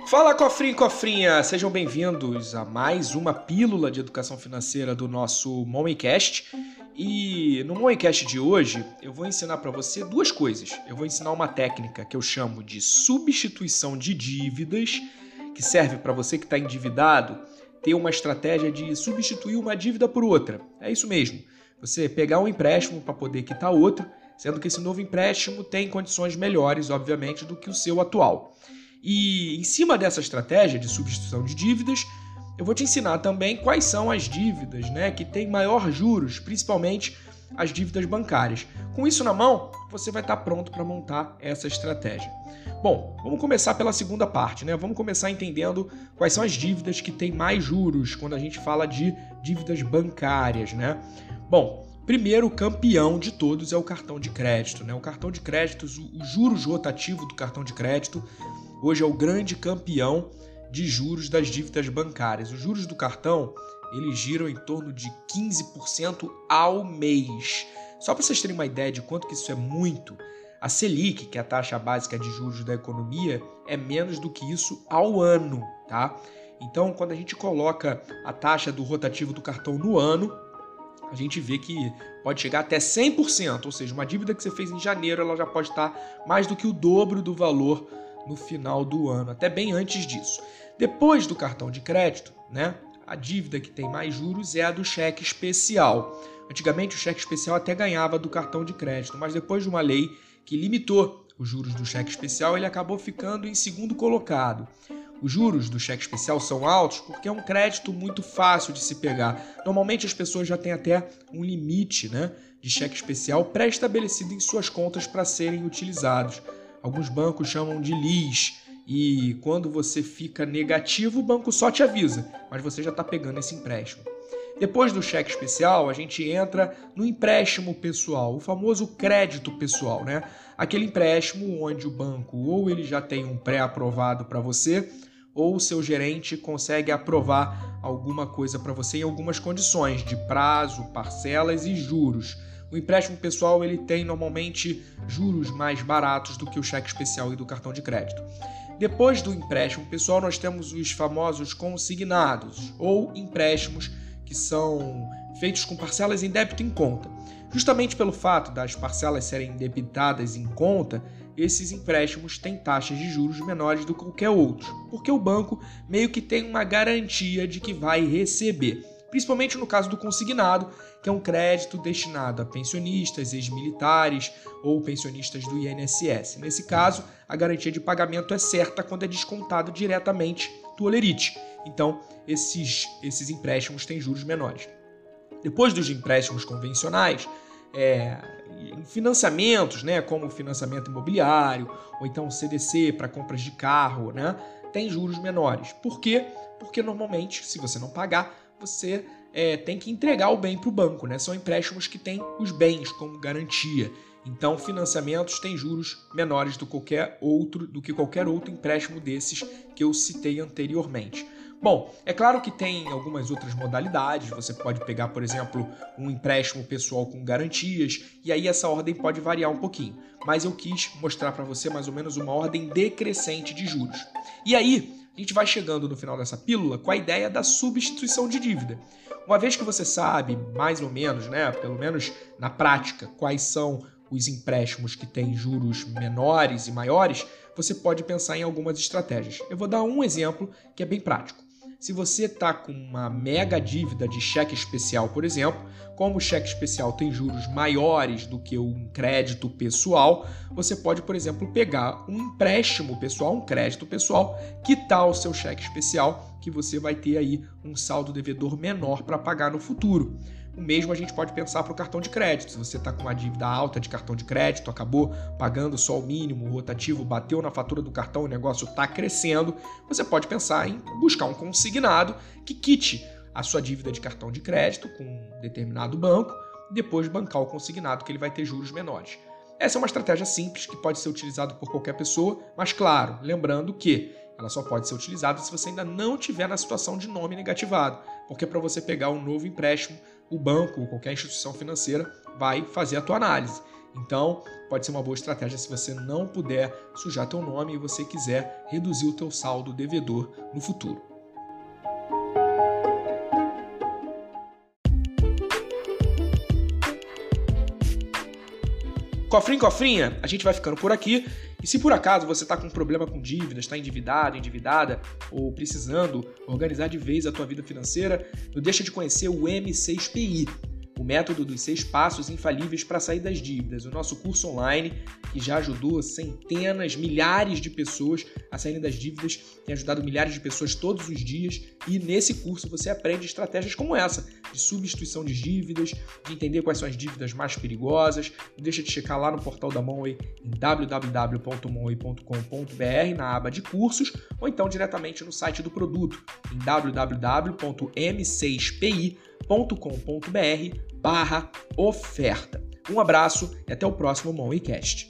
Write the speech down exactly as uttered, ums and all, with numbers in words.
Fala, cofrinho e cofrinha! Sejam bem-vindos a mais uma pílula de educação financeira do nosso Moemcast. E no Moemcast de hoje eu vou ensinar para você duas coisas. Eu vou ensinar uma técnica que eu chamo de substituição de dívidas, que serve para você que está endividado ter uma estratégia de substituir uma dívida por outra. É isso mesmo, você pegar um empréstimo para poder quitar outro, sendo que esse novo empréstimo tem condições melhores, obviamente, do que o seu atual. E em cima dessa estratégia de substituição de dívidas, eu vou te ensinar também quais são as dívidas, né, que têm maior juros, principalmente as dívidas bancárias. Com isso na mão, você vai estar pronto para montar essa estratégia. Bom, vamos começar pela segunda parte, né? Vamos começar entendendo quais são as dívidas que têm mais juros quando a gente fala de dívidas bancárias, né? Bom, primeiro, o campeão de todos é o cartão de crédito, né? O cartão de crédito, o juros rotativo do cartão de crédito, hoje é o grande campeão de juros das dívidas bancárias. Os juros do cartão, eles giram em torno de quinze por cento ao mês. Só para vocês terem uma ideia de quanto que isso é muito, a Selic, que é a taxa básica de juros da economia, é menos do que isso ao ano, tá? Então, quando a gente coloca a taxa do rotativo do cartão no ano, a gente vê que pode chegar até cem por cento, ou seja, uma dívida que você fez em janeiro, ela já pode estar mais do que o dobro do valor no final do ano, até bem antes disso. Depois do cartão de crédito, né, a dívida que tem mais juros é a do cheque especial. Antigamente o cheque especial até ganhava do cartão de crédito, mas depois de uma lei que limitou os juros do cheque especial, ele acabou ficando em segundo colocado. Os juros do cheque especial são altos porque é um crédito muito fácil de se pegar. Normalmente as pessoas já têm até um limite, né, de cheque especial pré-estabelecido em suas contas para serem utilizados. Alguns bancos chamam de L I S e quando você fica negativo, o banco só te avisa, mas você já está pegando esse empréstimo. Depois do cheque especial, a gente entra no empréstimo pessoal, o famoso crédito pessoal, né? Aquele empréstimo onde o banco ou ele já tem um pré-aprovado para você, ou o seu gerente consegue aprovar alguma coisa para você em algumas condições de prazo, parcelas e juros. O empréstimo pessoal ele tem normalmente juros mais baratos do que o cheque especial e do cartão de crédito. Depois do empréstimo pessoal, nós temos os famosos consignados ou empréstimos que são feitos com parcelas em débito em conta. Justamente pelo fato das parcelas serem debitadas em conta, esses empréstimos têm taxas de juros menores do que qualquer outro, porque o banco meio que tem uma garantia de que vai receber. Principalmente no caso do consignado, que é um crédito destinado a pensionistas, ex-militares ou pensionistas do I N S S. Nesse caso, a garantia de pagamento é certa quando é descontado diretamente do holerite. Então, esses, esses empréstimos têm juros menores. Depois dos empréstimos convencionais, é, em financiamentos, né, como financiamento imobiliário ou então C D C para compras de carro, né, tem juros menores. Por quê? Porque normalmente, se você não pagar, você é, tem que entregar o bem para o banco, né? São empréstimos que têm os bens como garantia. Então, financiamentos têm juros menores do, qualquer outro, do que qualquer outro empréstimo desses que eu citei anteriormente. Bom, é claro que tem algumas outras modalidades. Você pode pegar, por exemplo, um empréstimo pessoal com garantias, e aí essa ordem pode variar um pouquinho. Mas eu quis mostrar para você mais ou menos uma ordem decrescente de juros. E aí, a gente vai chegando no final dessa pílula com a ideia da substituição de dívida. Uma vez que você sabe, mais ou menos, né, pelo menos na prática, quais são os empréstimos que têm juros menores e maiores, você pode pensar em algumas estratégias. Eu vou dar um exemplo que é bem prático. Se você está com uma mega dívida de cheque especial, por exemplo, como o cheque especial tem juros maiores do que um crédito pessoal, você pode, por exemplo, pegar um empréstimo pessoal, um crédito pessoal, quitar o seu cheque especial, que você vai ter aí um saldo devedor menor para pagar no futuro. O mesmo a gente pode pensar para o cartão de crédito. Se você está com uma dívida alta de cartão de crédito, acabou pagando só o mínimo, o rotativo bateu na fatura do cartão, o negócio está crescendo, você pode pensar em buscar um consignado que quite a sua dívida de cartão de crédito com um determinado banco e depois bancar o consignado, que ele vai ter juros menores. Essa é uma estratégia simples que pode ser utilizada por qualquer pessoa, mas claro, lembrando que ela só pode ser utilizada se você ainda não estiver na situação de nome negativado, porque para você pegar um novo empréstimo, o banco ou qualquer instituição financeira vai fazer a tua análise. Então, pode ser uma boa estratégia se você não puder sujar teu nome e você quiser reduzir o teu saldo devedor no futuro. Cofrinho, cofrinha, a gente vai ficando por aqui. E se por acaso você está com um problema com dívidas, está endividado, endividada, ou precisando organizar de vez a tua vida financeira, não deixa de conhecer o M seis P I, o método dos seis passos infalíveis para sair das dívidas. O nosso curso online, que já ajudou centenas, milhares de pessoas a saírem das dívidas, tem ajudado milhares de pessoas todos os dias. E nesse curso você aprende estratégias como essa, de substituição de dívidas, de entender quais são as dívidas mais perigosas. Não deixa de checar lá no portal da Monway em w w w ponto monway ponto com ponto b r na aba de cursos, ou então diretamente no site do produto em w w w ponto m seis p i ponto com ponto b r barra oferta. Um abraço e até o próximo MonwayCast.